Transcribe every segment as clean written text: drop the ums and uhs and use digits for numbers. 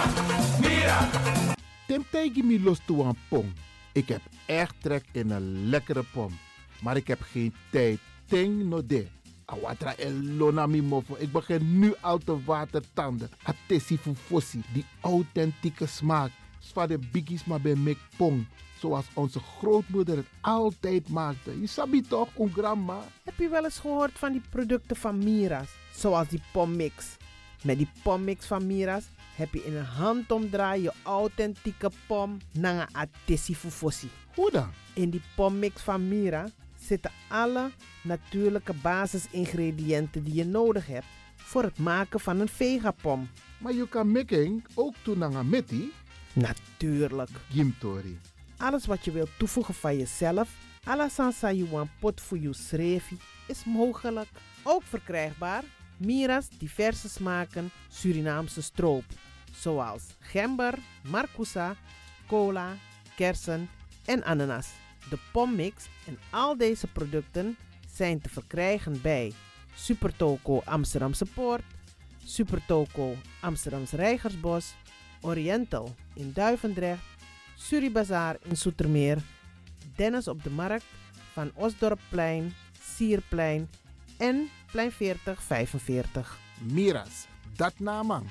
Temtegi mi los toe aan pom. Ik heb echt trek in een lekkere pom. Maar ik heb geen tijd. Ting no de. Awatra elona mi mofo. Ik begin nu al te watertanden. Atesi fufosi. Die authentieke smaak. Zwa de biggies maar bij mek pom. Zoals onze grootmoeder het altijd maakte. Je sabi toch, een grandma? Heb je wel eens gehoord van die producten van Mira's? Zoals die pommix. Met die pommix van Mira's heb je in een handomdraai je authentieke pom naar een atesi fufosi. Hoe dan? In die pommix van Mira zitten alle natuurlijke basisingrediënten die je nodig hebt voor het maken van een vegapom. Maar je kan making ook doen naar een meti? Natuurlijk. Gimtori. Alles wat je wilt toevoegen van jezelf, alla sansa you want pot voor je srefi, is mogelijk. Ook verkrijgbaar Mira's diverse smaken Surinaamse stroop. Zoals gember, marcousa, cola, kersen en ananas. De pommix en al deze producten zijn te verkrijgen bij Supertoco Amsterdamse Poort, Supertoco Amsterdamse Reigersbos, Oriental in Duivendrecht, Suribazaar in Zoetermeer, Dennis op de Markt, Van Osdorpplein, Sierplein en Plein 4045. Miras, dat naman.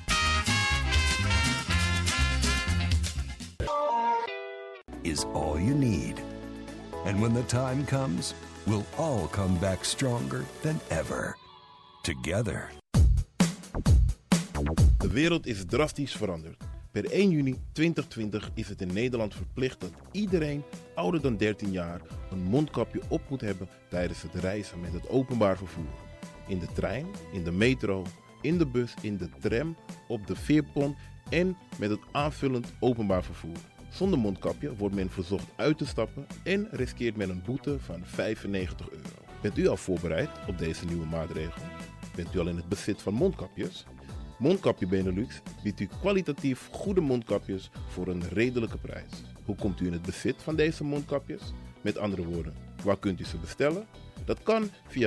Is all you need. And when the time comes, we'll all come back stronger than ever. Together. De wereld is drastisch veranderd. Per 1 juni 2020 is het in Nederland verplicht dat iedereen ouder dan 13 jaar een mondkapje op moet hebben tijdens het reizen met het openbaar vervoer. In de trein, in de metro, in de bus, in de tram, op de veerpont en met het aanvullend openbaar vervoer. Zonder mondkapje wordt men verzocht uit te stappen en riskeert men een boete van €95. Bent u al voorbereid op deze nieuwe maatregel? Bent u al in het bezit van mondkapjes? Mondkapje Benelux biedt u kwalitatief goede mondkapjes voor een redelijke prijs. Hoe komt u in het bezit van deze mondkapjes? Met andere woorden, waar kunt u ze bestellen? Dat kan via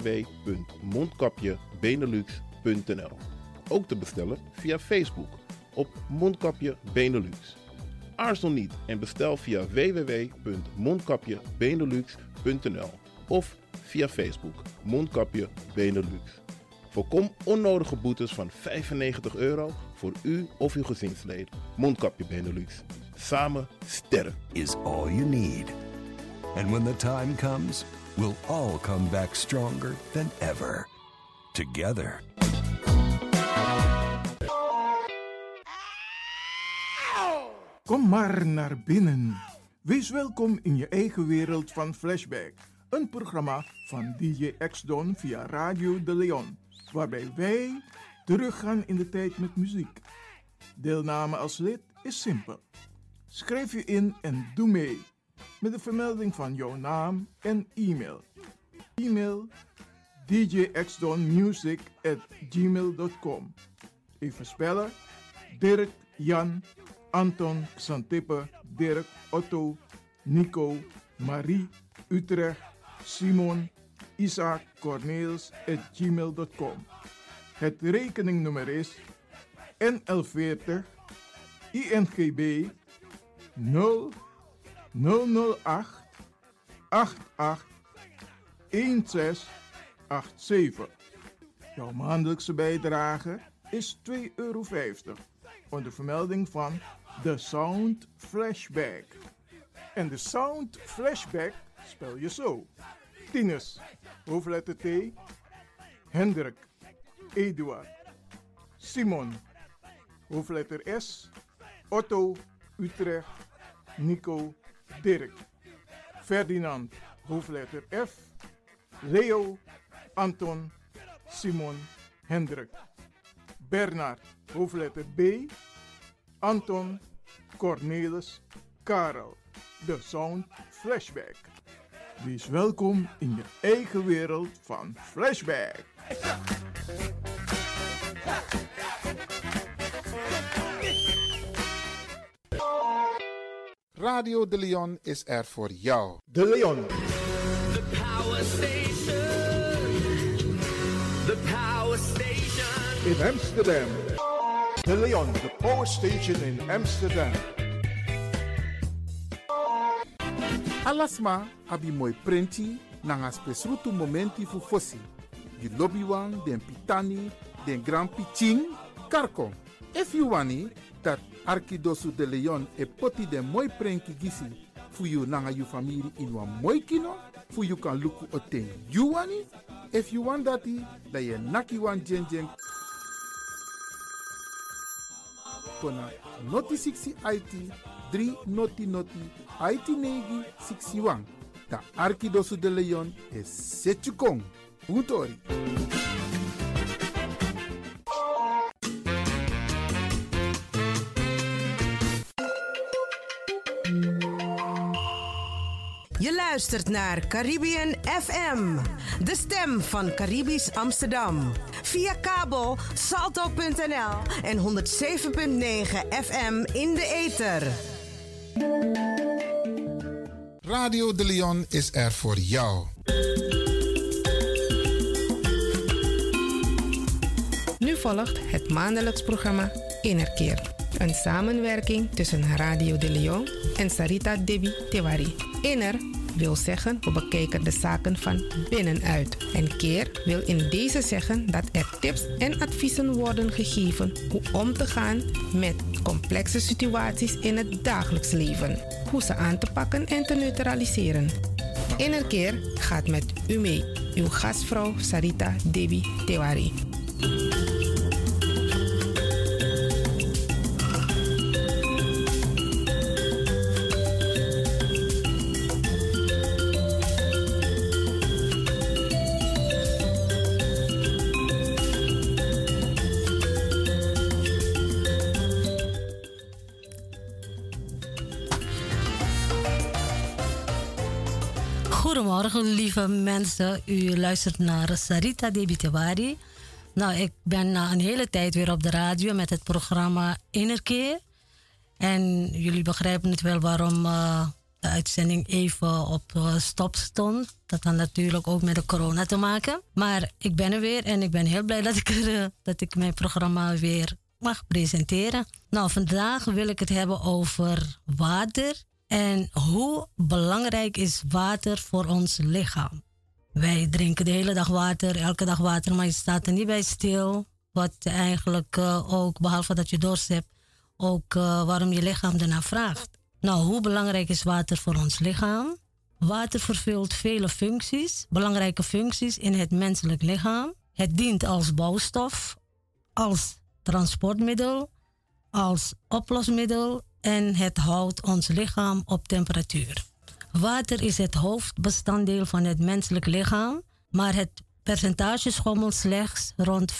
www.mondkapjebenelux.nl. Ook te bestellen via Facebook op Mondkapje Benelux. Aarzel niet en bestel via www.mondkapjebenelux.nl of via Facebook Mondkapje Benelux. Voorkom onnodige boetes van €95 voor u of uw gezinsleden. Mondkapje Benelux. Samen sterk. Is all you need. And when the time comes, we'll all come back stronger than ever. Together. Kom maar naar binnen. Wees welkom in je eigen wereld van Flashback. Een programma van DJ X-Don via Radio De Leon. Waarbij wij teruggaan in de tijd met muziek. Deelname als lid is simpel. Schrijf je in en doe mee. Met de vermelding van jouw naam en e-mail. E-mail djxdonmusic@gmail.com. Even spellen. Dirk, Jan, Anton, Xantippe, Dirk, Otto, Nico, Marie, Utrecht, Simon, Isaac, Corneels @gmail.com. Het rekeningnummer is NL40 INGB 0008 88 1687. Jouw maandelijkse bijdrage is €2,50 onder vermelding van The Sound Flashback. En de Sound Flashback spel je zo: Tinus, hoofdletter T, Hendrik, Eduard, Simon, hoofdletter S, Otto, Utrecht, Nico, Dirk, Ferdinand, hoofdletter F, Leo, Anton, Simon, Hendrik, Bernard, hoofdletter B, Anton, Cornelis, Karel. De Sound Flashback. Wees welkom in je eigen wereld van Flashback. Radio De Leon is er voor jou. De Leon. The Power Station. The Power Station. In Amsterdam. De Leon, the power station in Amsterdam. Alasma abi moi prenti nanga spesrutu momenti fu fosi. Di lobby wan, den pitani, den grand pitching, karko. If you wani, dat Arkidosu de Leon e poti den moi prenki gisi fu you nanga you family in wan moi kino, fu you kan luku oten you wani. If you want dati, da ye naki wan jen kona noti 60 IT 3 noti IT negi 61. Da Arkidosu de Leon e setjukong. Utori. Je luistert naar Caribbean FM, de stem van Caribisch Amsterdam. Via kabel salto.nl en 107.9 FM in de ether. Radio de Leon is er voor jou. Nu volgt het maandelijks programma Innerkeer. Een samenwerking tussen Radio de Leon en Sarita Debi Tewari. Inner wil zeggen, we bekijken de zaken van binnenuit. En keer wil in deze zeggen dat er tips en adviezen worden gegeven hoe om te gaan met complexe situaties in het dagelijks leven. Hoe ze aan te pakken en te neutraliseren. Innerkeer gaat met u mee. Uw gastvrouw Sarita Debi Tewari. Goedemorgen, lieve mensen. U luistert naar Sarita Debi Tewari. Nou, ik ben na een hele tijd weer op de radio met het programma Innerkeer. En jullie begrijpen het wel waarom de uitzending even op stop stond. Dat had natuurlijk ook met de corona te maken. Maar ik ben er weer en ik ben heel blij dat ik mijn programma weer mag presenteren. Nou, vandaag wil ik het hebben over water. En hoe belangrijk is water voor ons lichaam? Wij drinken de hele dag water, elke dag water, maar je staat er niet bij stil. Wat eigenlijk ook, behalve dat je dorst hebt, ook waarom je lichaam ernaar vraagt. Nou, hoe belangrijk is water voor ons lichaam? Water vervult vele functies, belangrijke functies in het menselijk lichaam. Het dient als bouwstof, als transportmiddel, als oplosmiddel en het houdt ons lichaam op temperatuur. Water is het hoofdbestanddeel van het menselijk lichaam, maar het percentage schommelt slechts rond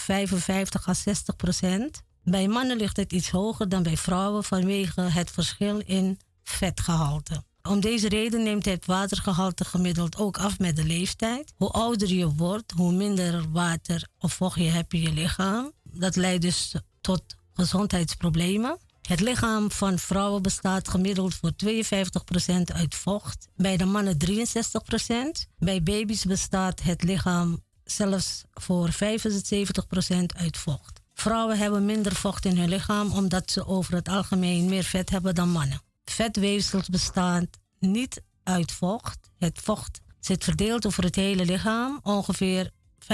55-60%. Bij mannen ligt het iets hoger dan bij vrouwen vanwege het verschil in vetgehalte. Om deze reden neemt het watergehalte gemiddeld ook af met de leeftijd. Hoe ouder je wordt, hoe minder water of vocht je hebt in je lichaam. Dat leidt dus tot gezondheidsproblemen. Het lichaam van vrouwen bestaat gemiddeld voor 52% uit vocht. Bij de mannen 63%. Bij baby's bestaat het lichaam zelfs voor 75% uit vocht. Vrouwen hebben minder vocht in hun lichaam omdat ze over het algemeen meer vet hebben dan mannen. Vetweefsels bestaan niet uit vocht. Het vocht zit verdeeld over het hele lichaam. Ongeveer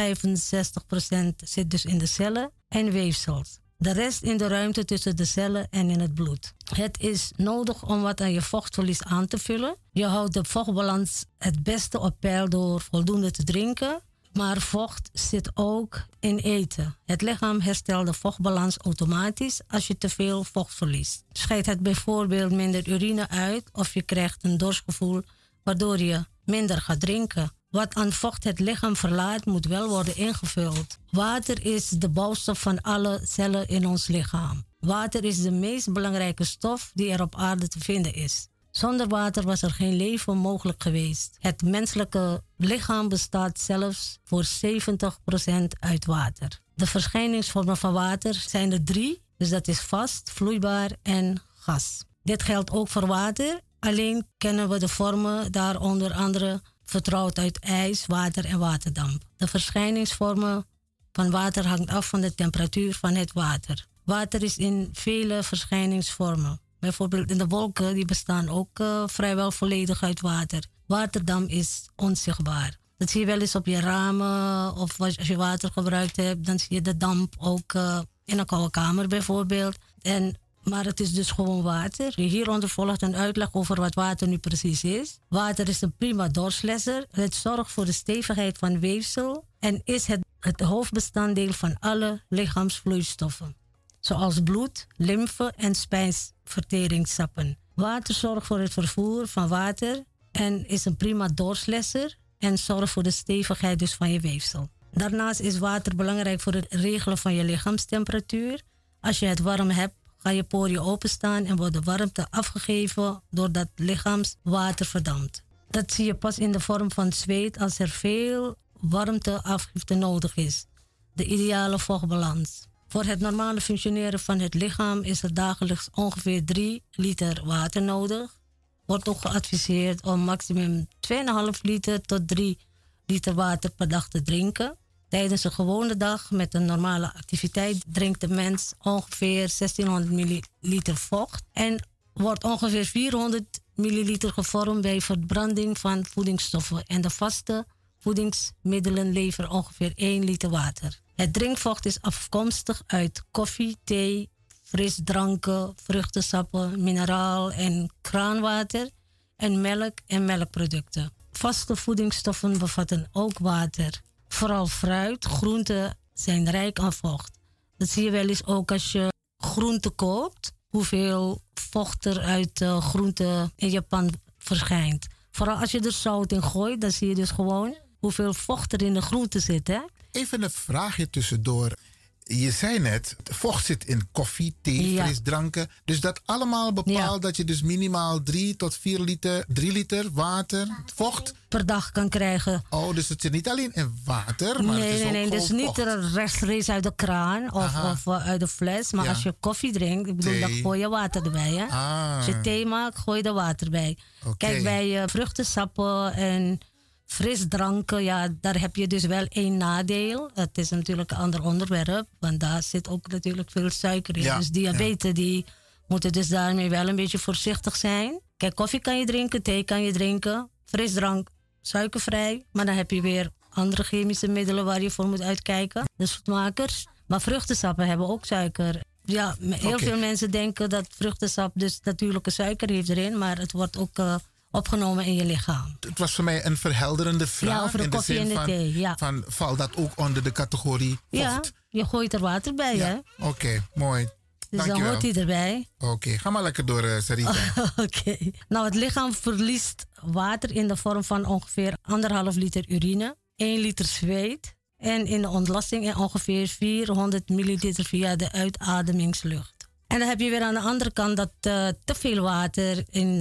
65% zit dus in de cellen en weefsels. De rest in de ruimte tussen de cellen en in het bloed. Het is nodig om wat aan je vochtverlies aan te vullen. Je houdt de vochtbalans het beste op peil door voldoende te drinken. Maar vocht zit ook in eten. Het lichaam herstelt de vochtbalans automatisch als je te veel vocht verliest. Scheidt het bijvoorbeeld minder urine uit of je krijgt een dorstgevoel waardoor je minder gaat drinken. Wat aan vocht het lichaam verlaat moet wel worden ingevuld. Water is de bouwstof van alle cellen in ons lichaam. Water is de meest belangrijke stof die er op aarde te vinden is. Zonder water was er geen leven mogelijk geweest. Het menselijke lichaam bestaat zelfs voor 70% uit water. De verschijningsvormen van water zijn er 3. Dus dat is vast, vloeibaar en gas. Dit geldt ook voor water. Alleen kennen we de vormen daar onder andere vertrouwd uit ijs, water en waterdamp. De verschijningsvormen van water hangt af van de temperatuur van het water. Water is in vele verschijningsvormen. Bijvoorbeeld in de wolken, die bestaan ook vrijwel volledig uit water. Waterdam is onzichtbaar. Dat zie je wel eens op je ramen of als je water gebruikt hebt, dan zie je de damp ook in een koude kamer bijvoorbeeld. Maar het is dus gewoon water. Hieronder volgt een uitleg over wat water nu precies is. Water is een prima doorslesser. Het zorgt voor de stevigheid van weefsel en is het hoofdbestanddeel van alle lichaamsvloeistoffen. Zoals bloed, lymfe en spijsverteringssappen. Water zorgt voor het vervoer van water en is een prima doorslesser en zorgt voor de stevigheid dus van je weefsel. Daarnaast is water belangrijk voor het regelen van je lichaamstemperatuur. Als je het warm hebt, gaan je poriën openstaan en wordt de warmte afgegeven doordat lichaamswater verdampt. Dat zie je pas in de vorm van zweet als er veel warmteafgifte nodig is. De ideale vochtbalans. Voor het normale functioneren van het lichaam is er dagelijks ongeveer 3 liter water nodig. Wordt ook geadviseerd om maximum 2,5 liter tot 3 liter water per dag te drinken. Tijdens een gewone dag met een normale activiteit drinkt de mens ongeveer 1600 milliliter vocht en wordt ongeveer 400 milliliter gevormd bij verbranding van voedingsstoffen. En de vaste voedingsmiddelen leveren ongeveer 1 liter water. Het drinkvocht is afkomstig uit koffie, thee, frisdranken, vruchtensappen, mineraal en kraanwater en melk en melkproducten. Vaste voedingsstoffen bevatten ook water. Vooral fruit, groenten zijn rijk aan vocht. Dat zie je wel eens ook als je groenten koopt. Hoeveel vocht er uit groenten in je pan verschijnt. Vooral als je er zout in gooit, dan zie je dus gewoon hoeveel vocht er in de groenten zit. Hè? Even een vraagje tussendoor. Je zei net, vocht zit in koffie, thee, frisdranken. Dus dat allemaal bepaalt dat je dus minimaal 3 tot 4 liter, 3 liter water, vocht per dag kan krijgen. Oh, dus het zit niet alleen in water, maar het is ook nee, dus niet vocht. rechtstreeks uit de kraan of uit de fles. Maar als je koffie drinkt, ik bedoel, dan gooi je water erbij. Hè? Als je thee maakt, gooi je er water bij. Kijk, bij vruchtensappen en frisdranken, ja, daar heb je dus wel 1 nadeel. Het is natuurlijk een ander onderwerp, want daar zit ook natuurlijk veel suiker in. Ja, dus diabetes, die moeten dus daarmee wel een beetje voorzichtig zijn. Kijk, koffie kan je drinken, thee kan je drinken, frisdrank suikervrij. Maar dan heb je weer andere chemische middelen waar je voor moet uitkijken. De zoetmakers. Maar vruchtensappen hebben ook suiker. Ja, heel veel mensen denken dat vruchtensap dus natuurlijke suiker heeft erin, maar het wordt ook opgenomen in je lichaam. Het was voor mij een verhelderende vraag. Ja, over de koffie en de thee. Van, valt dat ook onder de categorie vocht? Ja, je gooit er water bij, hè? Oké, mooi. Dus dankjewel. Dan hoort hij erbij. Oké, ga maar lekker door, Sarita. Oké. Nou, het lichaam verliest water in de vorm van ongeveer 1,5 liter urine, 1 liter zweet en in de ontlasting ongeveer 400 milliliter via de uitademingslucht. En dan heb je weer aan de andere kant dat te veel water in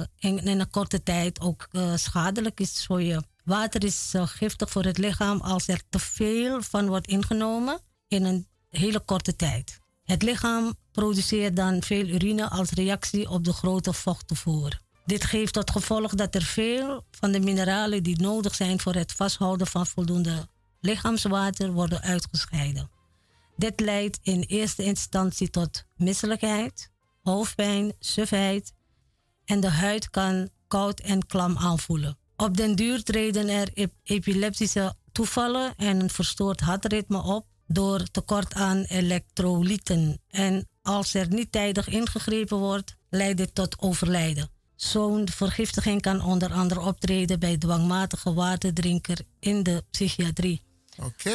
een korte tijd ook schadelijk is voor je. Water is giftig voor het lichaam als er te veel van wordt ingenomen in een hele korte tijd. Het lichaam produceert dan veel urine als reactie op de grote vochttoevoer. Dit geeft tot gevolg dat er veel van de mineralen die nodig zijn voor het vasthouden van voldoende lichaamswater worden uitgescheiden. Dit leidt in eerste instantie tot misselijkheid, hoofdpijn, sufheid en de huid kan koud en klam aanvoelen. Op den duur treden er epileptische toevallen en een verstoord hartritme op door tekort aan elektrolyten. En als er niet tijdig ingegrepen wordt, leidt dit tot overlijden. Zo'n vergiftiging kan onder andere optreden bij dwangmatige waterdrinker in de psychiatrie. Oké.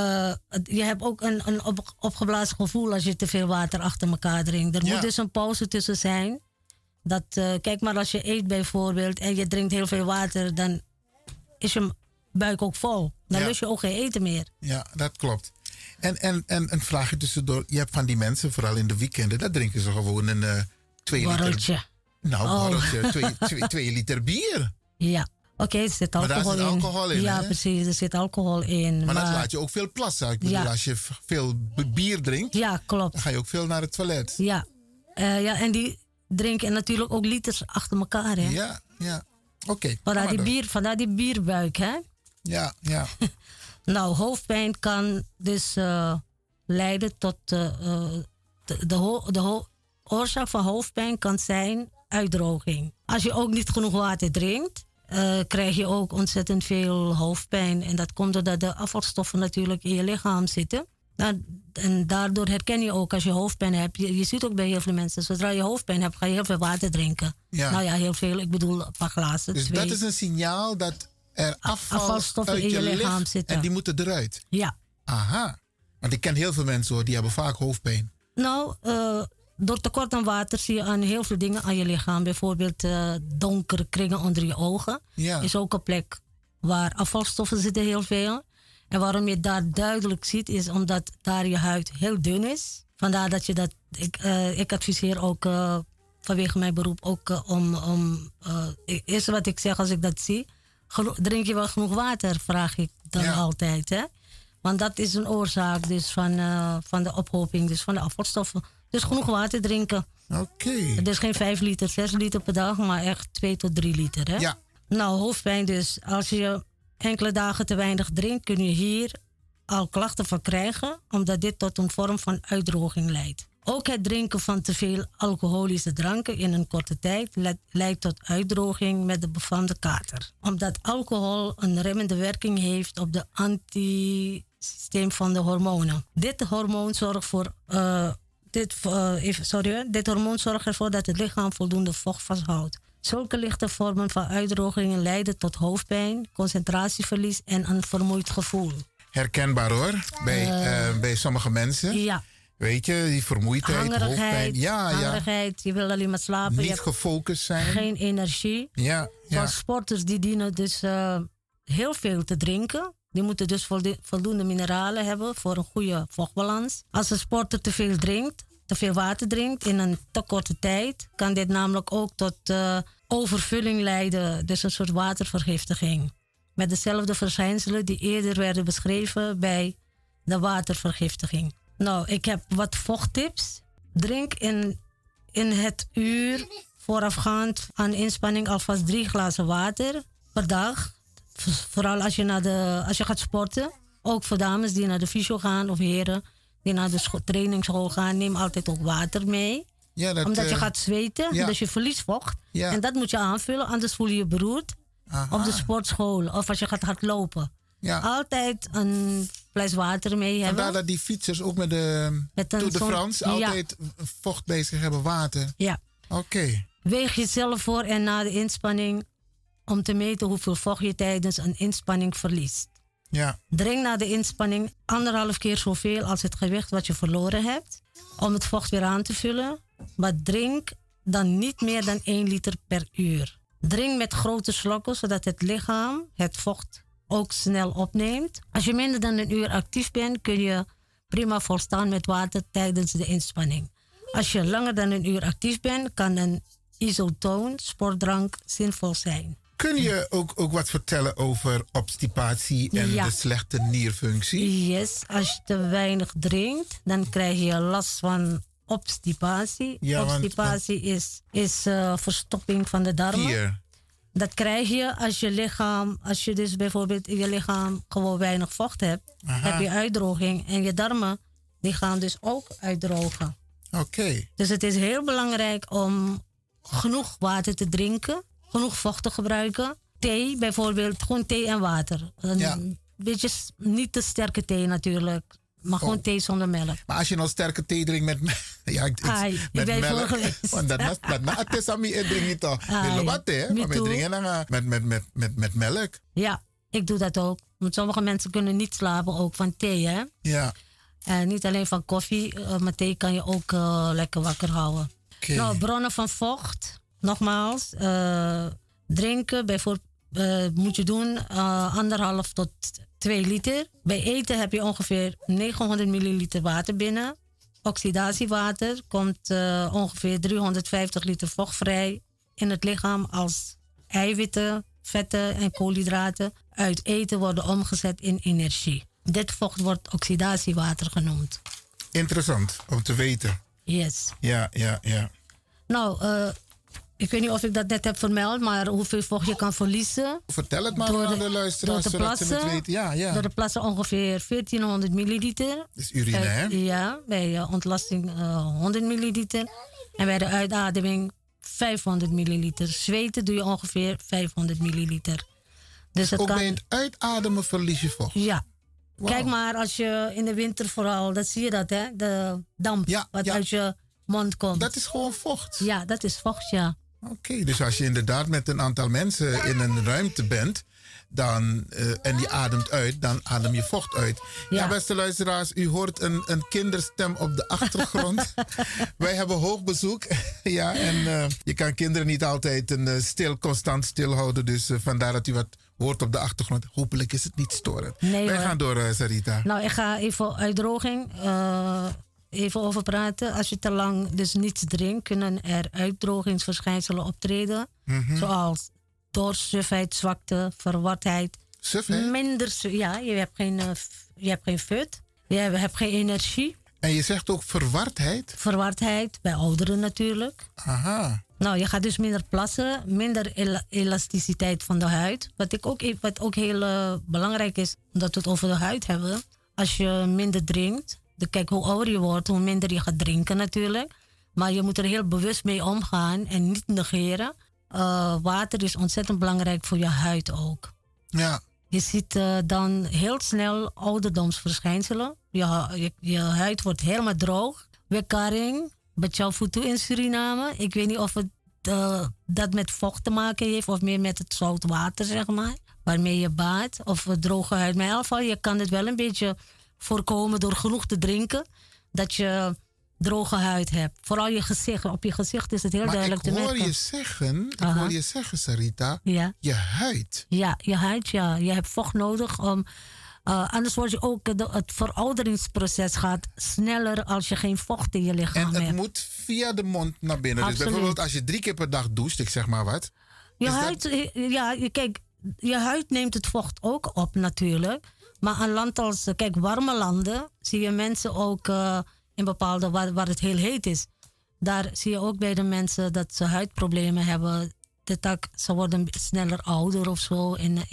Je hebt ook een opgeblazen gevoel als je te veel water achter elkaar drinkt. Er moet dus een pauze tussen zijn. Kijk maar, als je eet bijvoorbeeld en je drinkt heel veel water, dan is je buik ook vol. Dan lust je ook geen eten meer. Ja, dat klopt. En een vraagje tussendoor. Je hebt van die mensen, vooral in de weekenden, dat drinken ze gewoon een 2 liter. Borreltje. 2 liter bier. Ja. Oké, er zit alcohol in. Maar daar zit alcohol in, ja, hè? Precies, er zit alcohol in. Maar dat laat je ook veel plassen. Ik bedoel, als je veel bier drinkt, klopt. Dan ga je ook veel naar het toilet. Ja, en die drinken natuurlijk ook liters achter elkaar, hè? Ja. Oké. Vandaar die bierbuik, hè? Ja. Nou, hoofdpijn kan dus leiden tot de oorzaak van hoofdpijn kan zijn uitdroging. Als je ook niet genoeg water drinkt, krijg je ook ontzettend veel hoofdpijn. En dat komt doordat de afvalstoffen natuurlijk in je lichaam zitten. En daardoor herken je ook als je hoofdpijn hebt. Je ziet ook bij heel veel mensen, zodra je hoofdpijn hebt, ga je heel veel water drinken. Ja. Nou ja, heel veel. Ik bedoel een paar glazen. Dus 2. Dat is een signaal dat er afvalstoffen uit in je lichaam zitten. En die moeten eruit? Ja. Aha. Want ik ken heel veel mensen hoor, die hebben vaak hoofdpijn. Nou, door tekort aan water zie je aan heel veel dingen aan je lichaam. Bijvoorbeeld donkere kringen onder je ogen. Ja. Is ook een plek waar afvalstoffen zitten heel veel. En waarom je daar duidelijk ziet, is omdat daar je huid heel dun is. Vandaar dat je dat... Ik adviseer ook vanwege mijn beroep ook het eerste wat ik zeg als ik dat zie, drink je wel genoeg water, vraag ik dan altijd. Hè? Want dat is een oorzaak dus van de ophoping, dus van de afvalstoffen. Dus genoeg water drinken. Oké. Dus geen 5 liter, 6 liter per dag, maar echt 2 tot 3 liter. Hè? Ja. Nou, hoofdpijn dus. Als je enkele dagen te weinig drinkt, kun je hier al klachten van krijgen, omdat dit tot een vorm van uitdroging leidt. Ook het drinken van te veel alcoholische dranken in een korte tijd leidt tot uitdroging met de befaamde kater. Omdat alcohol een remmende werking heeft op de antisysteem van de hormonen. Dit hormoon zorgt ervoor dat het lichaam voldoende vocht vasthoudt. Zulke lichte vormen van uitdrogingen leiden tot hoofdpijn, concentratieverlies en een vermoeid gevoel. Herkenbaar hoor, bij sommige mensen. Ja. Weet je, die vermoeidheid, hoofdpijn. Hangerigheid, je wil alleen maar slapen. Niet gefocust zijn. Geen energie. Ja. Zoals sporters die dienen dus heel veel te drinken. Die moeten dus voldoende mineralen hebben voor een goede vochtbalans. Als een sporter te veel water drinkt in een te korte tijd, kan dit namelijk ook tot overvulling leiden. Dus een soort watervergiftiging. Met dezelfde verschijnselen die eerder werden beschreven bij de watervergiftiging. Nou, ik heb wat vochttips. Drink in het uur voorafgaand aan inspanning alvast 3 glazen water per dag. Vooral als je gaat sporten. Ook voor dames die naar de fysio gaan of heren die naar de trainingsschool gaan, neem altijd ook water mee. Ja, omdat je gaat zweten, dus je verliest vocht. Ja. En dat moet je aanvullen, anders voel je je beroerd. Op de sportschool of als je gaat hardlopen. Ja. Altijd een fles water mee hebben. Vandaar dat die fietsers ook met de Tour de France altijd vocht bij zich hebben, water. Ja. Oké. Weeg jezelf voor en na de inspanning om te meten hoeveel vocht je tijdens een inspanning verliest. Ja. Drink na de inspanning 1,5 keer zoveel als het gewicht wat je verloren hebt. Om het vocht weer aan te vullen. Maar drink dan niet meer dan 1 liter per uur. Drink met grote slokken zodat het lichaam het vocht ook snel opneemt. Als je minder dan een uur actief bent, kun je prima volstaan met water tijdens de inspanning. Als je langer dan een uur actief bent, kan een isotoon sportdrank zinvol zijn. Kun je ook wat vertellen over obstipatie en de slechte nierfunctie? Yes, als je te weinig drinkt, dan krijg je last van obstipatie. Ja, obstipatie is verstopping van de darmen. Hier. Dat krijg je als je dus bijvoorbeeld in je lichaam gewoon weinig vocht hebt. Aha. Heb je uitdroging en je darmen die gaan dus ook uitdrogen. Oké. Dus het is heel belangrijk om genoeg water te drinken, genoeg vocht te gebruiken. Thee bijvoorbeeld, gewoon thee en water. Een beetje niet te sterke thee natuurlijk. Maar gewoon thee zonder melk. Maar als je nou sterke thee drinkt met melk. Ik ben melk. Want dat is aan mij drink toch. Wat hè? Maar we drinken dan met melk. Ja, ik doe dat ook. Want sommige mensen kunnen niet slapen ook van thee, hè? Ja. En niet alleen van koffie, maar thee kan je ook lekker wakker houden. Okay. Nou, bronnen van vocht. Nogmaals, drinken bijvoorbeeld moet je doen 1,5 tot 2 liter. Bij eten heb je ongeveer 900 milliliter water binnen. Oxidatiewater komt ongeveer 350 liter vocht vrij in het lichaam als eiwitten, vetten en koolhydraten uit eten worden omgezet in energie. Dit vocht wordt oxidatiewater genoemd. Interessant om te weten. Yes. Ja. Nou, Ik weet niet of ik dat net heb vermeld, maar hoeveel vocht je kan verliezen. Vertel het maar aan de luisteraars, zodat ze het weten. Ja. Door de plassen ongeveer 1400 milliliter. Dat is urine, hè? Ja, bij ontlasting 100 milliliter. En bij de uitademing 500 milliliter. Zweten doe je ongeveer 500 milliliter. Dus het ook kan... bij het uitademen verlies je vocht? Ja. Wow. Kijk maar, als je in de winter vooral, dat zie je dat, hè? De damp wat uit je mond komt. Dat is gewoon vocht? Ja, dat is vocht, ja. Oké, dus als je inderdaad met een aantal mensen in een ruimte bent... dan, en die ademt uit, dan adem je vocht uit. Ja, beste luisteraars, u hoort een kinderstem op de achtergrond. Wij hebben hoog bezoek. Ja, en je kan kinderen niet altijd constant stilhouden. Dus vandaar dat u wat hoort op de achtergrond. Hopelijk is het niet storend. Nee, wij gaan door, Sarita. Nou, ik ga even uitdroging even over praten. Als je te lang dus niets drinkt, kunnen er uitdrogingsverschijnselen optreden. Zoals dorst, sufheid, zwakte, verwardheid. Sufheid? Je hebt geen fut. Je hebt geen energie. En je zegt ook verwardheid? Verwardheid, bij ouderen natuurlijk. Aha. Nou, je gaat dus minder plassen, minder elasticiteit van de huid. Wat ook heel belangrijk is, omdat we het over de huid hebben. Als je minder drinkt, kijk hoe ouder je wordt, hoe minder je gaat drinken natuurlijk. Maar je moet er heel bewust mee omgaan en niet negeren. Water is ontzettend belangrijk voor je huid ook. Ja. Je ziet dan heel snel ouderdomsverschijnselen. Je huid wordt helemaal droog. Wekkaring, Bachaufutu in Suriname. Ik weet niet of het dat met vocht te maken heeft of meer met het zout water, zeg maar. Waarmee je baat of droge huid. Maar in ieder geval, je kan het wel een beetje voorkomen door genoeg te drinken. Dat je droge huid hebt. Vooral je gezicht. Op je gezicht is het heel duidelijk te merken. Ik hoor je zeggen, Sarita, je huid. Ja, je huid, ja. Je hebt vocht nodig om... anders word je ook... Het verouderingsproces gaat sneller als je geen vocht in je lichaam hebt. En het moet via de mond naar binnen. Absoluut. Dus bijvoorbeeld als je 3 keer per dag doucht, ik zeg maar wat. Je huid, kijk, je huid neemt het vocht ook op natuurlijk. Maar een land als, warme landen, zie je mensen ook... in bepaalde, waar het heel heet is. Daar zie je ook bij de mensen dat ze huidproblemen hebben. Ze worden sneller ouder of zo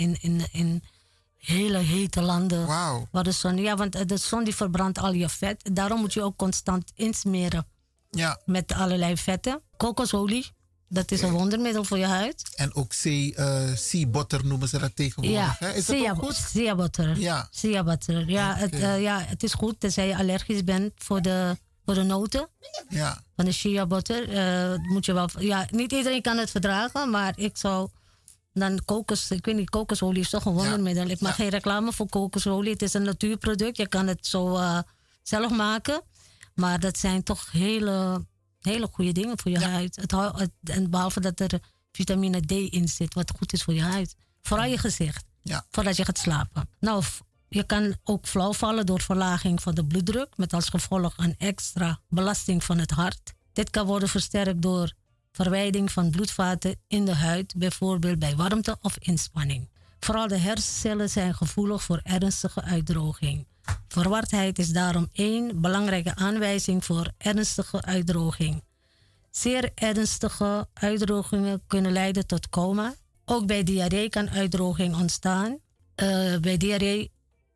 in hele hete landen. Wauw. Waar de zon, want de zon die verbrandt al je vet. Daarom moet je ook constant insmeren. Ja. Met allerlei vetten. Kokosolie, dat is een wondermiddel voor je huid. En ook sea butter noemen ze dat tegenwoordig. Ja, is dat ook goed? Sea butter. Ja. Sea butter. Ja, het is goed tenzij je allergisch bent voor de noten. Ja. Van de shea butter. Moet je wel, niet iedereen kan het verdragen, maar ik zou dan kokosolie is toch een wondermiddel. Ik maak geen reclame voor kokosolie. Het is een natuurproduct. Je kan het zo zelf maken. Maar dat zijn toch hele goede dingen voor je huid. En behalve dat er vitamine D in zit, wat goed is voor je huid. Vooral je gezicht. Ja. Voordat je gaat slapen. Nou, je kan ook flauw vallen door verlaging van de bloeddruk. Met als gevolg een extra belasting van het hart. Dit kan worden versterkt door verwijding van bloedvaten in de huid. Bijvoorbeeld bij warmte of inspanning. Vooral de hersencellen zijn gevoelig voor ernstige uitdroging. Verwardheid is daarom 1 belangrijke aanwijzing voor ernstige uitdroging. Zeer ernstige uitdrogingen kunnen leiden tot coma. Ook bij diarree kan uitdroging ontstaan. Bij diarree,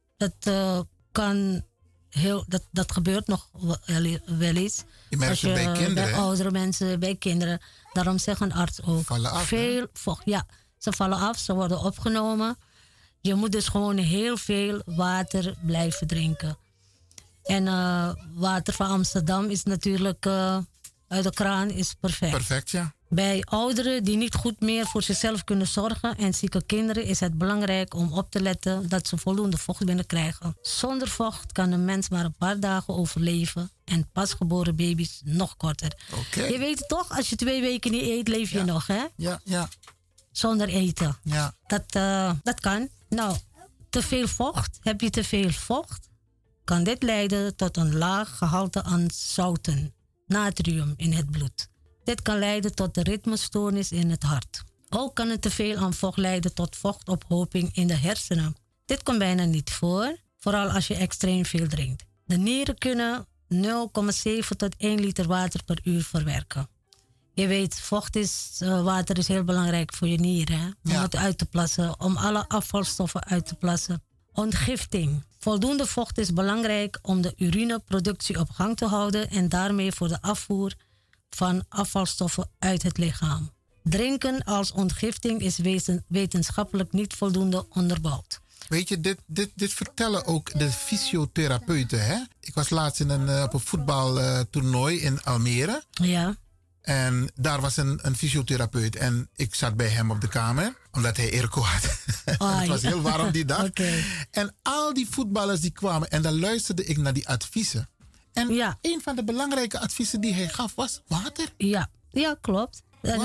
dat gebeurt nog wel eens. Je merkt het bij kinderen, bij oudere mensen, bij kinderen. Daarom zegt een arts ook. Vallen af, veel vocht. Ja, ze vallen af, ze worden opgenomen. Je moet dus gewoon heel veel water blijven drinken. En water van Amsterdam is natuurlijk uit de kraan is perfect. Perfect, ja. Bij ouderen die niet goed meer voor zichzelf kunnen zorgen en zieke kinderen is het belangrijk om op te letten dat ze voldoende vocht binnenkrijgen. Zonder vocht kan een mens maar een paar dagen overleven en pasgeboren baby's nog korter. Okay. Je weet het toch, als je 2 weken niet eet, leef je nog, hè? Ja. Zonder eten. Ja. Dat kan. Nou, te veel vocht. Heb je te veel vocht, kan dit leiden tot een laag gehalte aan zouten, natrium in het bloed. Dit kan leiden tot de ritmestoornis in het hart. Ook kan het te veel aan vocht leiden tot vochtophoping in de hersenen. Dit komt bijna niet voor, vooral als je extreem veel drinkt. De nieren kunnen 0,7 tot 1 liter water per uur verwerken. Je weet, water is heel belangrijk voor je nieren. Hè? Om het uit te plassen, om alle afvalstoffen uit te plassen. Ontgifting. Voldoende vocht is belangrijk om de urineproductie op gang te houden en daarmee voor de afvoer van afvalstoffen uit het lichaam. Drinken als ontgifting is wetenschappelijk niet voldoende onderbouwd. Weet je, dit vertellen ook de fysiotherapeuten. Hè? Ik was laatst op een voetbaltoernooi in Almere. Ja. En daar was een fysiotherapeut. En ik zat bij hem op de kamer, omdat hij airco had. Het was heel warm die dag. Okay. En al die voetballers die kwamen. En dan luisterde ik naar die adviezen. En een van de belangrijke adviezen die hij gaf was water. Ja, klopt.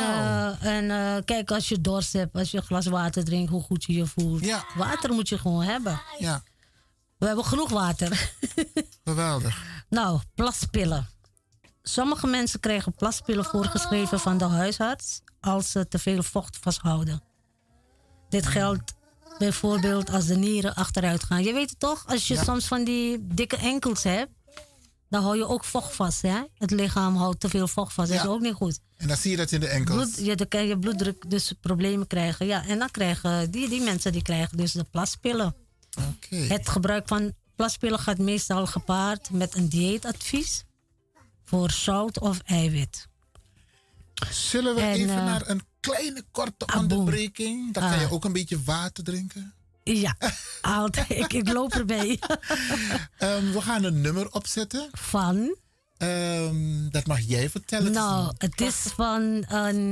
En kijk, als je dorst hebt, als je een glas water drinkt, hoe goed je je voelt. Ja. Water moet je gewoon hebben. Ja. We hebben genoeg water. Geweldig. Nou, plaspillen. Sommige mensen krijgen plaspillen voorgeschreven van de huisarts als ze te veel vocht vasthouden. Dit geldt bijvoorbeeld als de nieren achteruit gaan. Je weet het toch, als je soms van die dikke enkels hebt, dan hou je ook vocht vast. Hè? Het lichaam houdt te veel vocht vast. Dat is ook niet goed. En dan zie je dat in de enkels. Dan kan je bloeddruk dus problemen krijgen. Ja, en dan krijgen die mensen die krijgen dus de plaspillen. Okay. Het gebruik van plaspillen gaat meestal gepaard met een dieetadvies voor zout of eiwit. Zullen we even naar een kleine korte onderbreking? Dan kan je ook een beetje water drinken. Ja, altijd. Ik loop erbij. We gaan een nummer opzetten. Van? Dat mag jij vertellen. Nou, het is van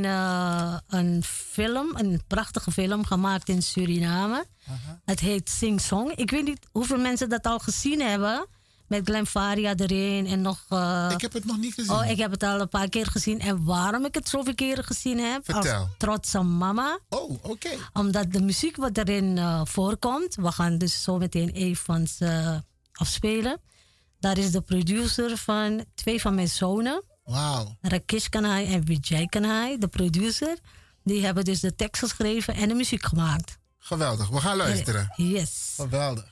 een film, een prachtige film gemaakt in Suriname. Het heet Sing Song. Ik weet niet hoeveel mensen dat al gezien hebben. Met Glenn Faria erin en nog... Ik heb het nog niet gezien. Oh, ik heb het al een paar keer gezien. En waarom ik het zoveel keren gezien heb? Vertel. Als trotse mama. Oh, oké. Omdat de muziek wat erin voorkomt... We gaan dus zo meteen even van ze afspelen. Daar is de producer van 2 van mijn zonen. Wauw. Rakesh Kanhai en Vijay Kanhai, de producer. Die hebben dus de tekst geschreven en de muziek gemaakt. Geweldig. We gaan luisteren. Yes. Geweldig.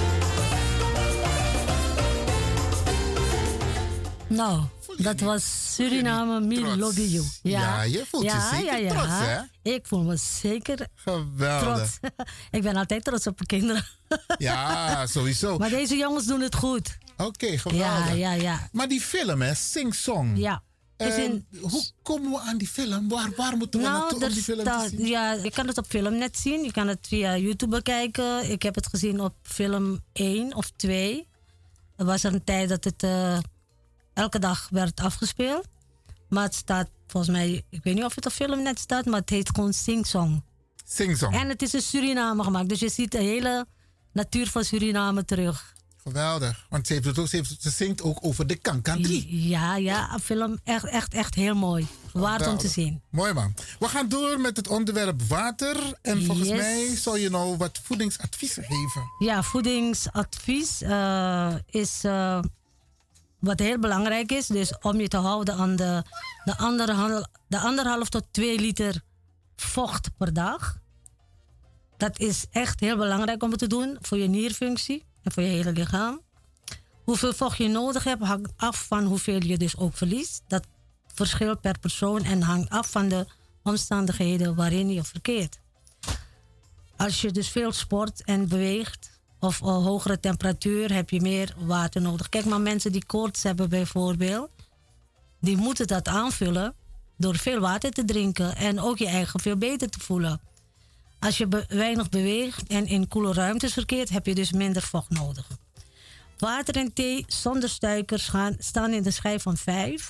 Nou, dat was Suriname, me lobby you. Ja, je voelt je zeker trots, hè? Ik voel me zeker geweldig. Trots. Ik ben altijd trots op mijn kinderen. Ja, sowieso. Maar deze jongens doen het goed. Oké, geweldig. Ja. Maar die film, hè, Sing Song. Ja. Hoe komen we aan die film? Waar moeten we naartoe om die film te zien? Ja, je kan het op Filmnet zien. Je kan het via YouTube bekijken. Ik heb het gezien op film 1 of 2. Er was een tijd dat het elke dag werd afgespeeld. Maar het staat volgens mij, ik weet niet of het op Filmnet staat, maar het heet gewoon Sing Song. Sing Song. En het is in Suriname gemaakt. Dus je ziet de hele natuur van Suriname terug. Geweldig. Want ze zingt ook over de Kankan 3. Ja, een film echt heel mooi. Waard om te zien. Mooi man. We gaan door met het onderwerp water. En volgens mij zou je nou wat voedingsadviezen geven. Ja, voedingsadvies is wat heel belangrijk is. Dus om je te houden aan de 1,5 tot 2 liter vocht per dag. Dat is echt heel belangrijk om het te doen voor je nierfunctie. En voor je hele lichaam. Hoeveel vocht je nodig hebt hangt af van hoeveel je dus ook verliest. Dat verschilt per persoon en hangt af van de omstandigheden waarin je verkeert. Als je dus veel sport en beweegt of een hogere temperatuur heb je meer water nodig. Kijk maar, mensen die koorts hebben bijvoorbeeld, die moeten dat aanvullen door veel water te drinken en ook je eigen veel beter te voelen. Als je weinig beweegt en in koele ruimtes verkeert, heb je dus minder vocht nodig. Water en thee zonder suikers staan in de schijf van 5.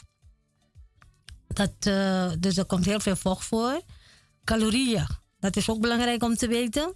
Dus er komt heel veel vocht voor. Calorieën, dat is ook belangrijk om te weten.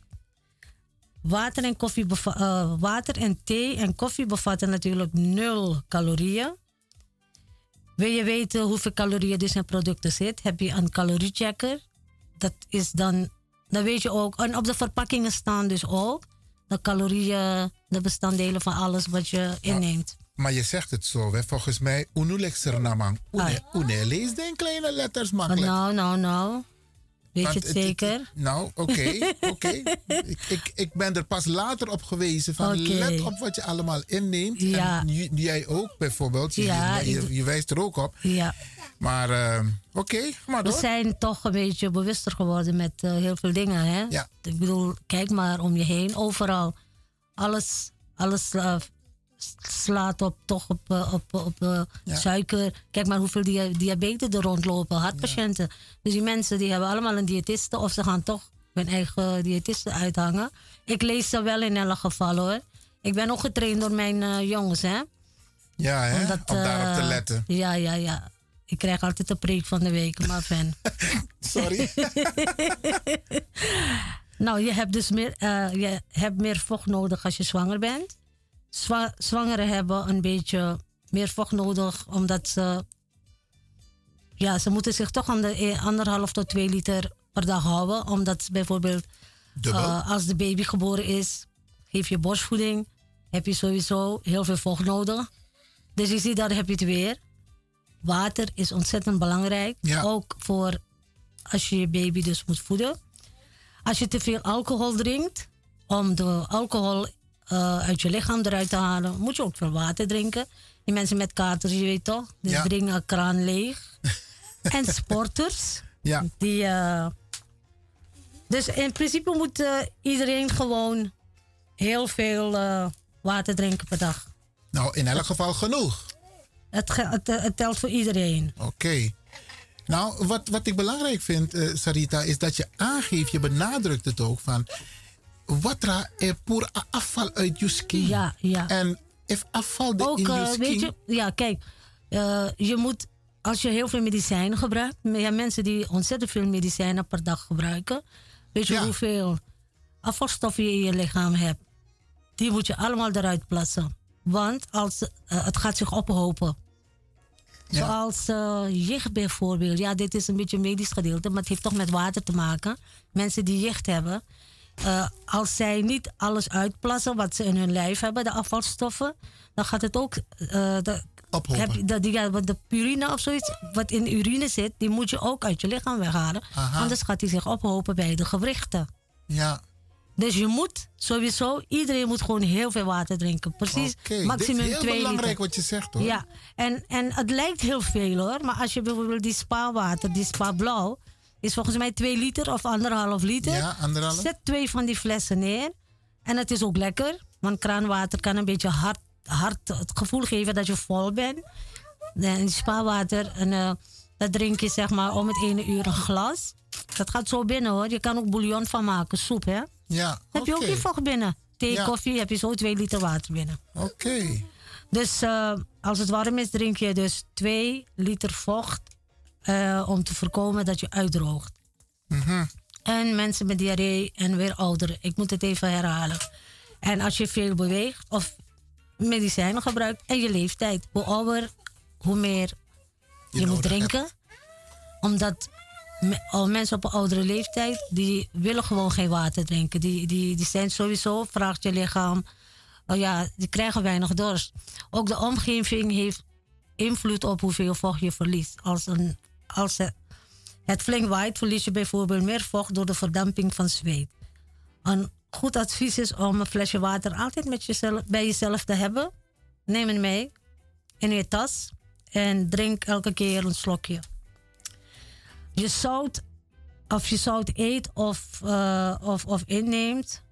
Water en thee en koffie bevatten natuurlijk 0 calorieën. Wil je weten hoeveel calorieën dus in producten zit, heb je een caloriechecker. Dat is dan weet je ook. En op de verpakkingen staan dus ook de calorieën, de bestanddelen van alles wat je inneemt. Maar je zegt het zo, hè? Volgens mij, Unulexernamang. Lees de in kleine letters makkelijk. Nou. Weet je het zeker? Oké. Ik ben er pas later op gewezen van let op wat je allemaal inneemt. Ja. En jij ook bijvoorbeeld. Je wijst er ook op. Ja. Maar oké, maar door. We zijn toch een beetje bewuster geworden met heel veel dingen. Hè? Ja. Ik bedoel, kijk maar om je heen. Overal. Alles slaat op suiker. Kijk maar hoeveel diabetes er rondlopen. Hartpatiënten. Ja. Dus die mensen die hebben allemaal een diëtiste. Of ze gaan toch hun eigen diëtiste uithangen. Ik lees ze wel in elk geval hoor. Ik ben ook getraind door mijn jongens. Hè? Ja, hè? Om daarop te letten. Ja. Ik krijg altijd de preek van de week, maar fan. Sorry. Nou, je hebt dus meer vocht nodig als je zwanger bent. Zwangeren hebben een beetje meer vocht nodig, omdat ze moeten zich toch aan de 1,5 tot 2 liter per dag houden. Omdat bijvoorbeeld als de baby geboren is, geef je borstvoeding, heb je sowieso heel veel vocht nodig. Dus je ziet, daar heb je het weer. Water is ontzettend belangrijk. Ja. Ook voor als je je baby dus moet voeden. Als je te veel alcohol drinkt, om de alcohol uit je lichaam eruit te halen, moet je ook veel water drinken. Die mensen met katers, je weet toch, die drinken een kraan leeg. En sporters. Ja. Dus in principe moet iedereen gewoon heel veel water drinken per dag. Nou, in elk geval genoeg. Het telt voor iedereen. Oké. Nou, wat ik belangrijk vind, Sarita, is dat je aangeeft, je benadrukt het ook van watra er pur afval uit je skin. Ja. En if afval in je skin. Weet je, kijk, je moet, als je heel veel medicijnen gebruikt, mensen die ontzettend veel medicijnen per dag gebruiken, weet je hoeveel afvalstoffen je in je lichaam hebt. Die moet je allemaal eruit plaatsen. Want het gaat zich ophopen. Ja. Zoals jicht bijvoorbeeld. Ja, dit is een beetje een medisch gedeelte, maar het heeft toch met water te maken. Mensen die jicht hebben, als zij niet alles uitplassen wat ze in hun lijf hebben, de afvalstoffen, dan gaat het ook ophopen. De urine of zoiets, wat in de urine zit, die moet je ook uit je lichaam weghalen. Aha. Anders gaat die zich ophopen bij de gewrichten. Ja. Dus je moet sowieso, iedereen moet gewoon heel veel water drinken. Precies, maximum 2 liter. Dit is heel belangrijk wat je zegt, hoor. Ja, en het lijkt heel veel, hoor. Maar als je bijvoorbeeld die Spa-water, die Spa-blauw, is volgens mij 2 liter of 1,5 liter. Ja, 1,5. Zet 2 van die flessen neer. En het is ook lekker, want kraanwater kan een beetje hard het gevoel geven dat je vol bent. En die Spa-water, dat drink je zeg maar om het 1 uur een glas. Dat gaat zo binnen, hoor. Je kan ook bouillon van maken, soep, hè? Ja, heb je ook je vocht binnen. Thee, koffie, heb je zo 2 liter water binnen. Oké. Dus als het warm is, drink je dus 2 liter vocht om te voorkomen dat je uitdroogt. En mensen met diarree en weer ouderen. Ik moet het even herhalen. En als je veel beweegt of medicijnen gebruikt en je leeftijd. Hoe ouder, hoe meer je moet drinken. Omdat mensen op een oudere leeftijd, die willen gewoon geen water drinken. Die zijn sowieso, vraagt je lichaam, die krijgen weinig dorst. Ook de omgeving heeft invloed op hoeveel vocht je verliest. Als het flink waait, verlies je bijvoorbeeld meer vocht door de verdamping van zweet. Een goed advies is om een flesje water altijd bij jezelf te hebben. Neem het mee in je tas en drink elke keer een slokje. Je zout eet of inneemt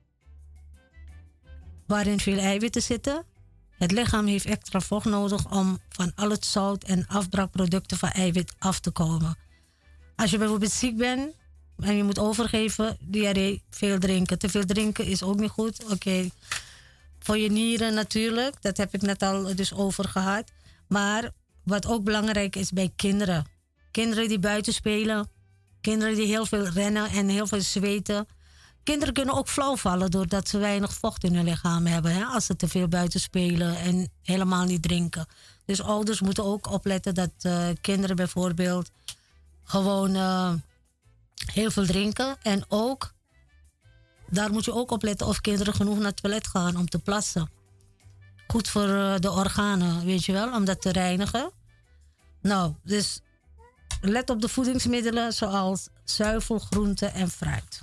waarin veel eiwitten zitten. Het lichaam heeft extra vocht nodig om van al het zout en afbraakproducten van eiwit af te komen. Als je bijvoorbeeld ziek bent en je moet overgeven, diarree, veel drinken. Te veel drinken is ook niet goed. Oké. Voor je nieren natuurlijk, dat heb ik net al dus over gehad. Maar wat ook belangrijk is bij kinderen. Kinderen die buiten spelen, kinderen die heel veel rennen en heel veel zweten. Kinderen kunnen ook flauw vallen doordat ze weinig vocht in hun lichaam hebben. Hè? Als ze te veel buiten spelen en helemaal niet drinken. Dus ouders moeten ook opletten dat kinderen bijvoorbeeld gewoon heel veel drinken. En ook, daar moet je ook opletten of kinderen genoeg naar het toilet gaan om te plassen. Goed voor de organen, weet je wel, om dat te reinigen. Nou, dus let op de voedingsmiddelen zoals zuivel, groente en fruit.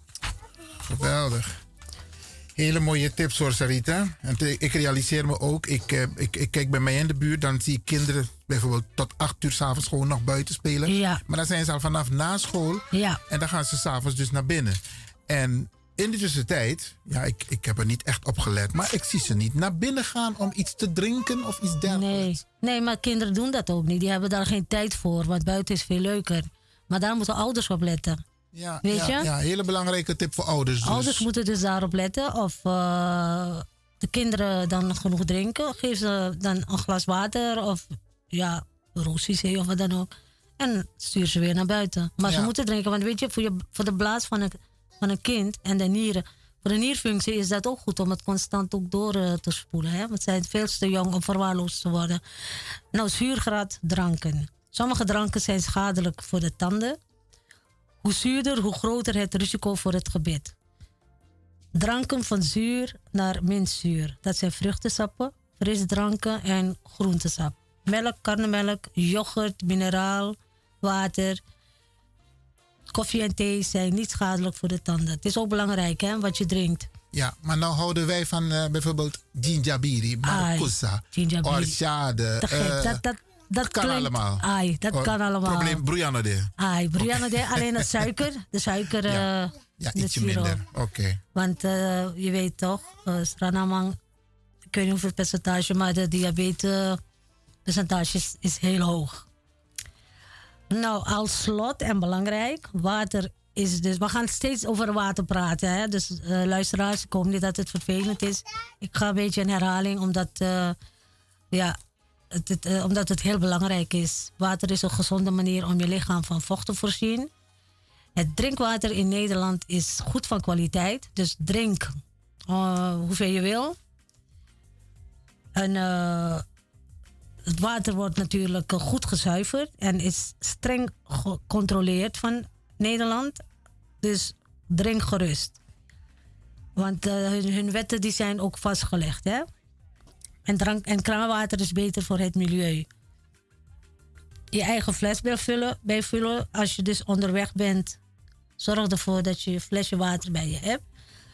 Geweldig. Hele mooie tips hoor, Sarita. En ik realiseer me ook, ik kijk bij mij in de buurt, dan zie ik kinderen bijvoorbeeld tot 8 uur 's avonds gewoon nog buiten spelen. Ja. Maar dan zijn ze al vanaf na school. Ja. En dan gaan ze 's avonds dus naar binnen. En in de tussentijd, ik heb er niet echt op gelet, maar ik zie ze niet naar binnen gaan om iets te drinken of iets dergelijks. Nee, maar kinderen doen dat ook niet. Die hebben daar geen tijd voor, want buiten is veel leuker. Maar daar moeten ouders op letten. Ja, weet je? Ja, hele belangrijke tip voor ouders. Dus. Ouders moeten dus daarop letten of de kinderen dan genoeg drinken. Geef ze dan een glas water of roosizee of wat dan ook. En stuur ze weer naar buiten. Maar ze moeten drinken, want weet je, voor de blaas van een kind en de nieren. Voor de nierfunctie is dat ook goed om het constant ook door te spoelen. Hè? Want ze zijn veel te jong om verwaarloosd te worden. Nou, zuurgraad dranken. Sommige dranken zijn schadelijk voor de tanden. Hoe zuurder, hoe groter het risico voor het gebit. Dranken van zuur naar min zuur. Dat zijn vruchtensappen, frisdranken en groentesap. Melk, karnemelk, yoghurt, mineraal, water. Koffie en thee zijn niet schadelijk voor de tanden. Het is ook belangrijk, hè, wat je drinkt. Ja, maar nou houden wij van bijvoorbeeld ginjabiri, maracuja, orchade. Dat kan klinkt, allemaal. Dat kan allemaal. Probleem Bruyano de. Bruyano de, alleen het suiker. De suiker. Ja, ietsje minder. Oké. Want je weet toch, Stranamang, ik weet niet hoeveel percentage, maar de diabetespercentage is heel hoog. Nou, als slot en belangrijk, water is dus... We gaan steeds over water praten, hè? Dus luisteraars, ik hoop niet dat het vervelend is. Ik ga een beetje in herhaling, omdat het heel belangrijk is. Water is een gezonde manier om je lichaam van vocht te voorzien. Het drinkwater in Nederland is goed van kwaliteit. Dus drink hoeveel je wil. En het water wordt natuurlijk goed gezuiverd en is streng gecontroleerd van Nederland. Dus drink gerust. Want hun wetten die zijn ook vastgelegd. Hè? En kraanwater is beter voor het milieu. Je eigen fles bijvullen. Als je dus onderweg bent, zorg ervoor dat je je flesje water bij je hebt.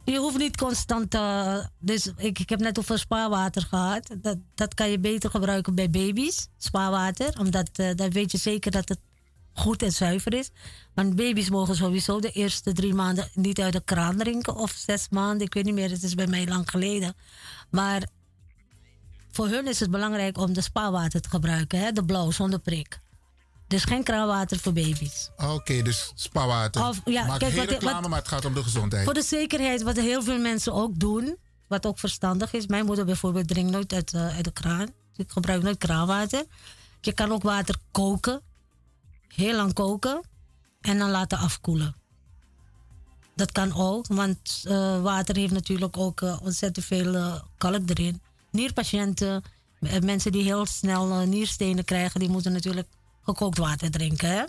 Je hoeft niet constant... dus ik heb net over spaarwater gehad. Dat kan je beter gebruiken bij baby's, spaarwater. Omdat dan weet je zeker dat het goed en zuiver is. Want baby's mogen sowieso de eerste 3 maanden niet uit de kraan drinken. Of 6 maanden, ik weet niet meer. Het is bij mij lang geleden. Maar voor hun is het belangrijk om de spaarwater te gebruiken. Hè? De blauw, zonder prik. Dus geen kraanwater voor baby's. Oké, dus spaarwater. Maak geen reclame, maar het gaat om de gezondheid. Voor de zekerheid, wat heel veel mensen ook doen. Wat ook verstandig is. Mijn moeder bijvoorbeeld drinkt nooit uit de kraan. Ik gebruik nooit kraanwater. Je kan ook water koken. Heel lang koken. En dan laten afkoelen. Dat kan ook. Want water heeft natuurlijk ook ontzettend veel kalk erin. Nierpatiënten, mensen die heel snel nierstenen krijgen, die moeten natuurlijk gekookt water drinken. Hè?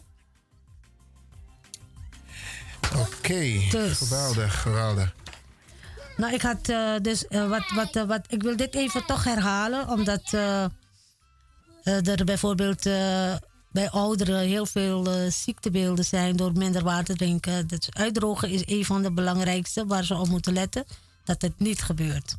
Oké, dus. Geweldig. Nou, ik had ik wil dit even toch herhalen, omdat er bijvoorbeeld bij ouderen heel veel ziektebeelden zijn door minder water drinken. Dus uitdrogen is een van de belangrijkste waar ze op moeten letten, dat het niet gebeurt.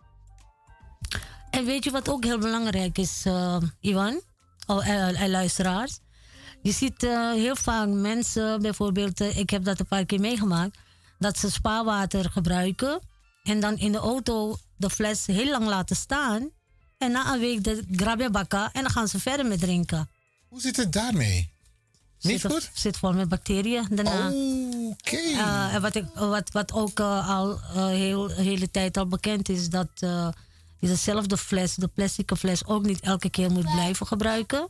En weet je wat ook heel belangrijk is, Iwan? Luisteraars. Je ziet heel vaak mensen, bijvoorbeeld, ik heb dat een paar keer meegemaakt, dat ze spaarwater gebruiken en dan in de auto de fles heel lang laten staan en na een week de grabje bakken en dan gaan ze verder met drinken. Hoe zit het daarmee? Niet goed? Zit vol met bacteriën daarna. Oké. Wat ook al hele tijd al bekend is, dat je dezelfde fles, de plastic fles, ook niet elke keer moet blijven gebruiken.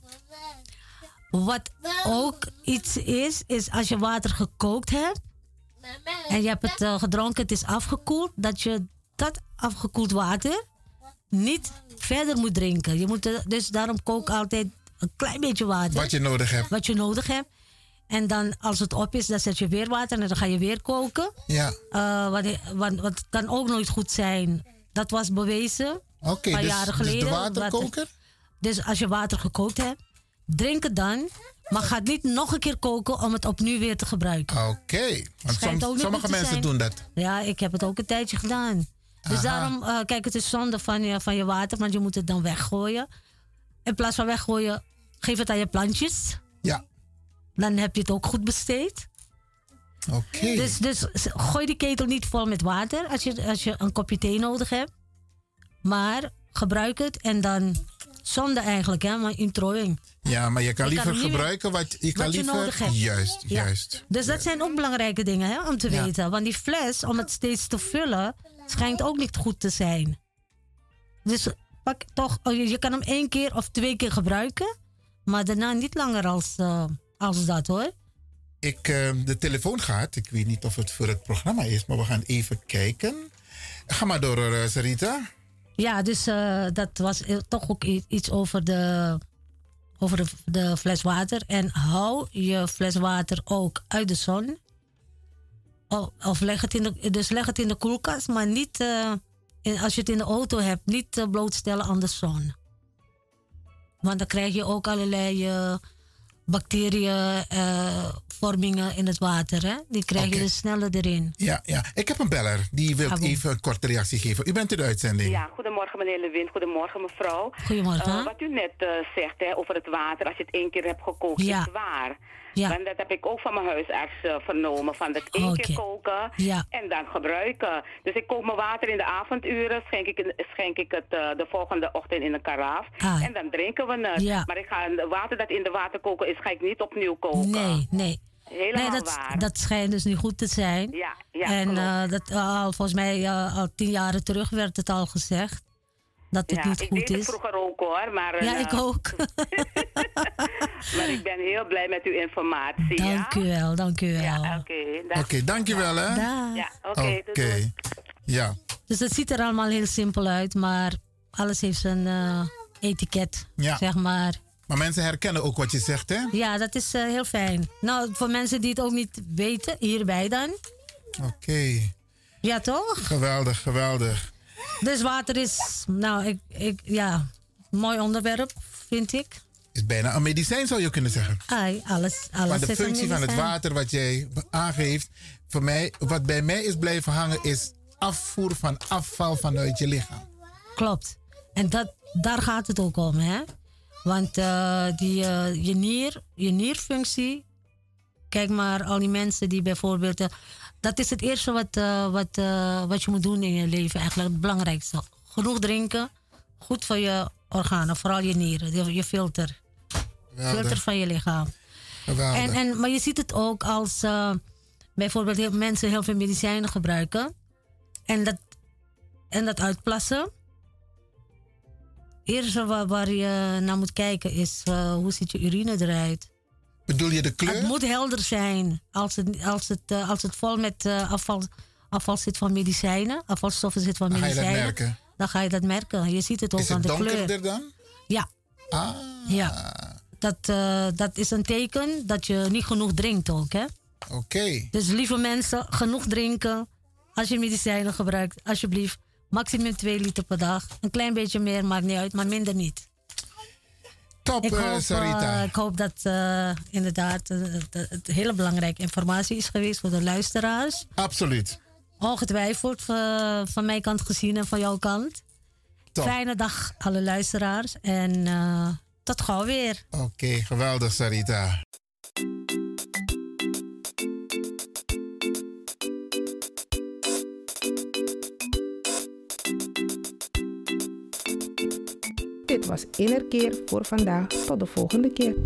Wat ook iets is als je water gekookt hebt en je hebt het gedronken, het is afgekoeld, dat je dat afgekoeld water niet verder moet drinken. Je moet dus daarom kook altijd een klein beetje water. Wat je nodig hebt. En dan als het op is, dan zet je weer water en dan ga je weer koken. Ja. Wat kan ook nooit goed zijn. Dat was bewezen. Oké, paar jaren geleden. Dus de waterkoker? Dus als je water gekookt hebt, drink het dan. Maar ga niet nog een keer koken om het opnieuw weer te gebruiken. Oké. Want sommige mensen doen dat. Ja, ik heb het ook een tijdje gedaan. Dus daarom, kijk, het is zonde van je water, want je moet het dan weggooien. In plaats van weggooien, geef het aan je plantjes. Ja. Dan heb je het ook goed besteed. Oké. Dus gooi die ketel niet vol met water als je een kopje thee nodig hebt. Maar gebruik het en dan zonde eigenlijk, hè, maar in trooiing. Ja, maar je kan liever gebruiken wat je nodig hebt. Juist. Dus dat zijn ook belangrijke dingen, hè, om te weten. Want die fles, om het steeds te vullen, schijnt ook niet goed te zijn. Dus pak toch, je kan hem 1 keer of 2 keer gebruiken, maar daarna niet langer als dat, hoor. De telefoon gaat. Ik weet niet of het voor het programma is, maar we gaan even kijken. Ga maar door, Sarita. Ja, dus dat was toch ook iets over de fles water. En hou je fles water ook uit de zon. Of leg het in de koelkast, maar niet, als je het in de auto hebt, niet blootstellen aan de zon. Want dan krijg je ook allerlei bacteriën, vormingen in het water. Hè? Die krijg je dus sneller erin. Ja. Ik heb een beller. Die wil even een korte reactie geven. U bent in de uitzending. Ja, goedemorgen meneer Lewin. Goedemorgen mevrouw. Goedemorgen. Wat u net zegt over het water, als je het 1 keer hebt gekookt, is waar. Ja. Want dat heb ik ook van mijn huisarts vernomen. Van dat 1 keer koken en dan gebruiken. Dus ik kook mijn water in de avonduren. Schenk ik het de volgende ochtend in een karaaf. En dan drinken we het. Ja. Maar het water dat in de water koken is, ga ik niet opnieuw koken. Nee. Helemaal waar. Dat schijnt dus niet goed te zijn. Ja, en volgens mij al 10 jaren terug werd het al gezegd. Dat het niet goed is. Ik deed het vroeger ook, hoor. Maar, ik ook. Maar ik ben heel blij met uw informatie. Dank u wel. Ja, Oké, dank je wel, hè. Ja, oké. Ja. Dus het ziet er allemaal heel simpel uit, maar alles heeft zijn etiket, zeg maar. Maar mensen herkennen ook wat je zegt, hè? Ja, dat is heel fijn. Nou, voor mensen die het ook niet weten, hierbij dan. Oké. Ja, toch? Geweldig. Dus water is, mooi onderwerp, vind ik. Is bijna een medicijn, zou je kunnen zeggen. Alles maar de functie van het water wat jij aangeeft, voor mij, wat bij mij is blijven hangen, is afvoer van afval vanuit je lichaam. Klopt. En daar gaat het ook om, hè? Want je nierfunctie, kijk maar, al die mensen die bijvoorbeeld, dat is het eerste wat je moet doen in je leven, eigenlijk het belangrijkste. Genoeg drinken, goed voor je organen, vooral je nieren, je filter. Filter van je lichaam. Maar je ziet het ook als bijvoorbeeld mensen heel veel medicijnen gebruiken en dat uitplassen. Eerste waar je naar moet kijken is hoe ziet je urine eruit. Bedoel je de kleur? Het moet helder zijn. Als het vol met afval zit van medicijnen, afvalstoffen zit van medicijnen, dan ga je dat merken. Je ziet het ook aan de kleur. Is het donkerder dan? Ja. Ja. Dat is een teken dat je niet genoeg drinkt ook, hè? Oké. Dus lieve mensen, genoeg drinken. Als je medicijnen gebruikt, alsjeblieft. Maximum 2 liter per dag. Een klein beetje meer maakt niet uit, maar minder niet. Top, Sarita. Ik hoop dat inderdaad het hele belangrijke informatie is geweest voor de luisteraars. Absoluut. Ongetwijfeld van mijn kant gezien en van jouw kant. Top. Fijne dag, alle luisteraars. En tot gauw weer. Oké, geweldig, Sarita. Dit was Innerkeer voor vandaag. Tot de volgende keer.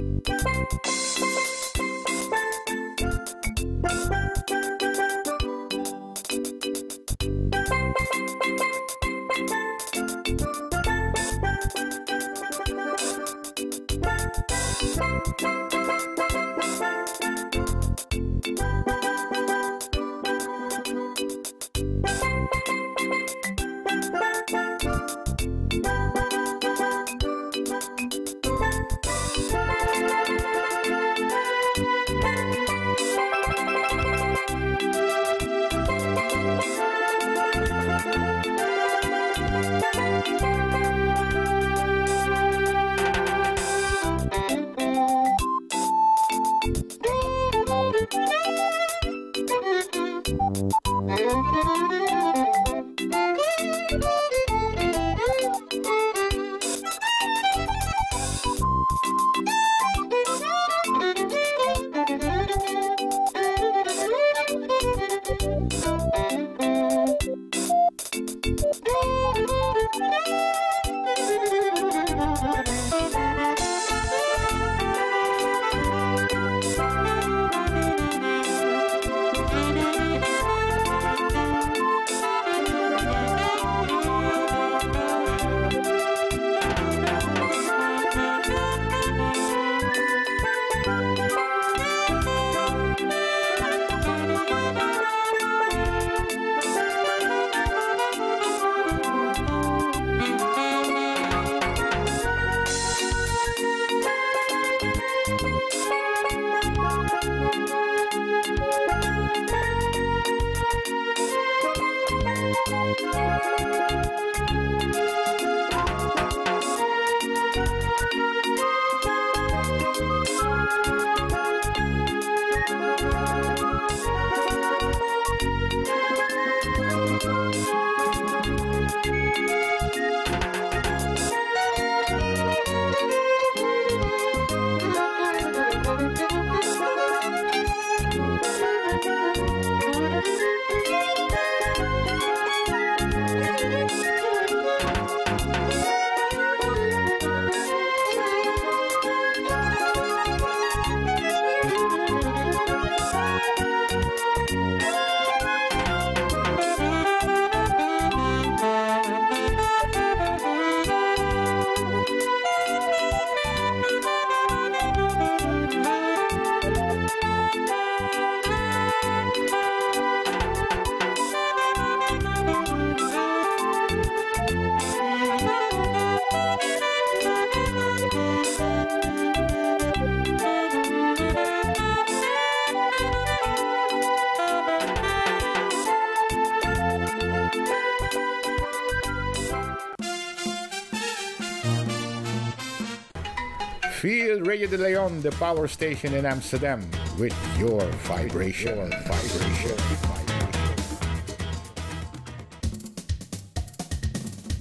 Feel Radio de Leon, the power station in Amsterdam, with your vibration.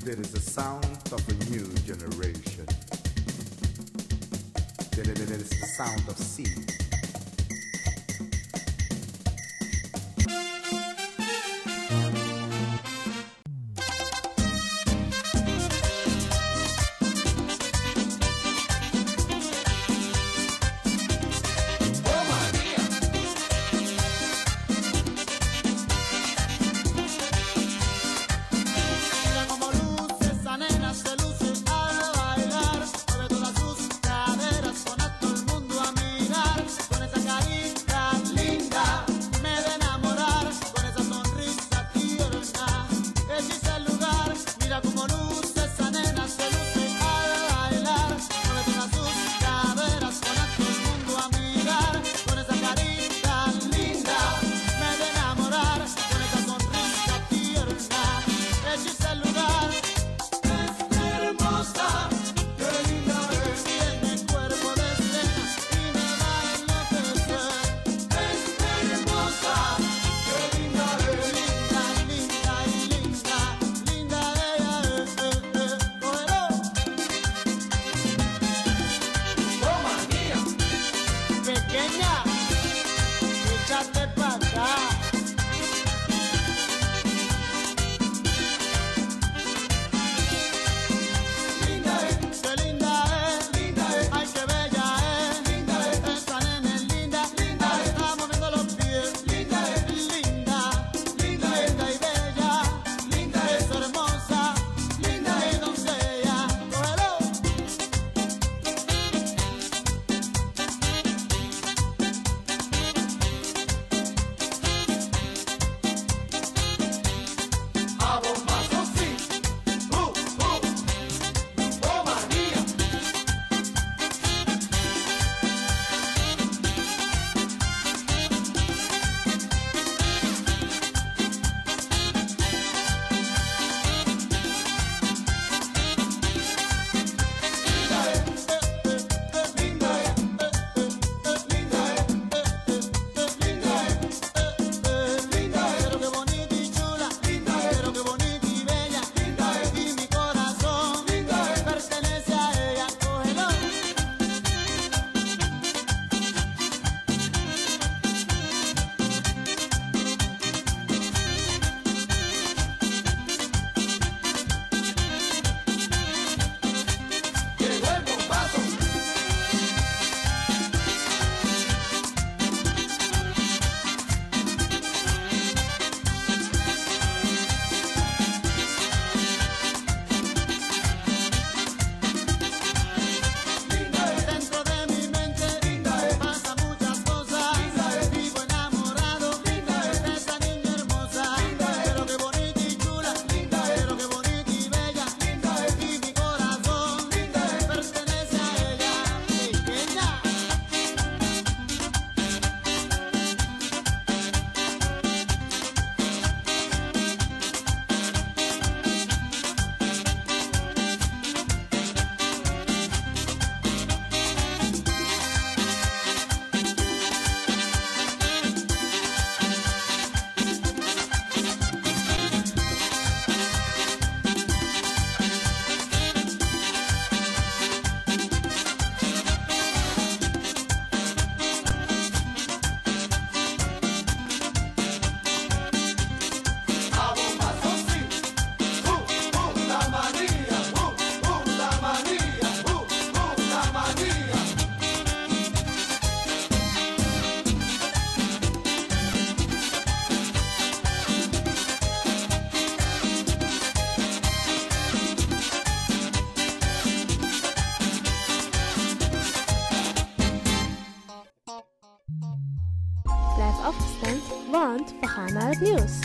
There is the sound of a new generation. There is the sound of sea. afgestemd, want we gaan naar het nieuws.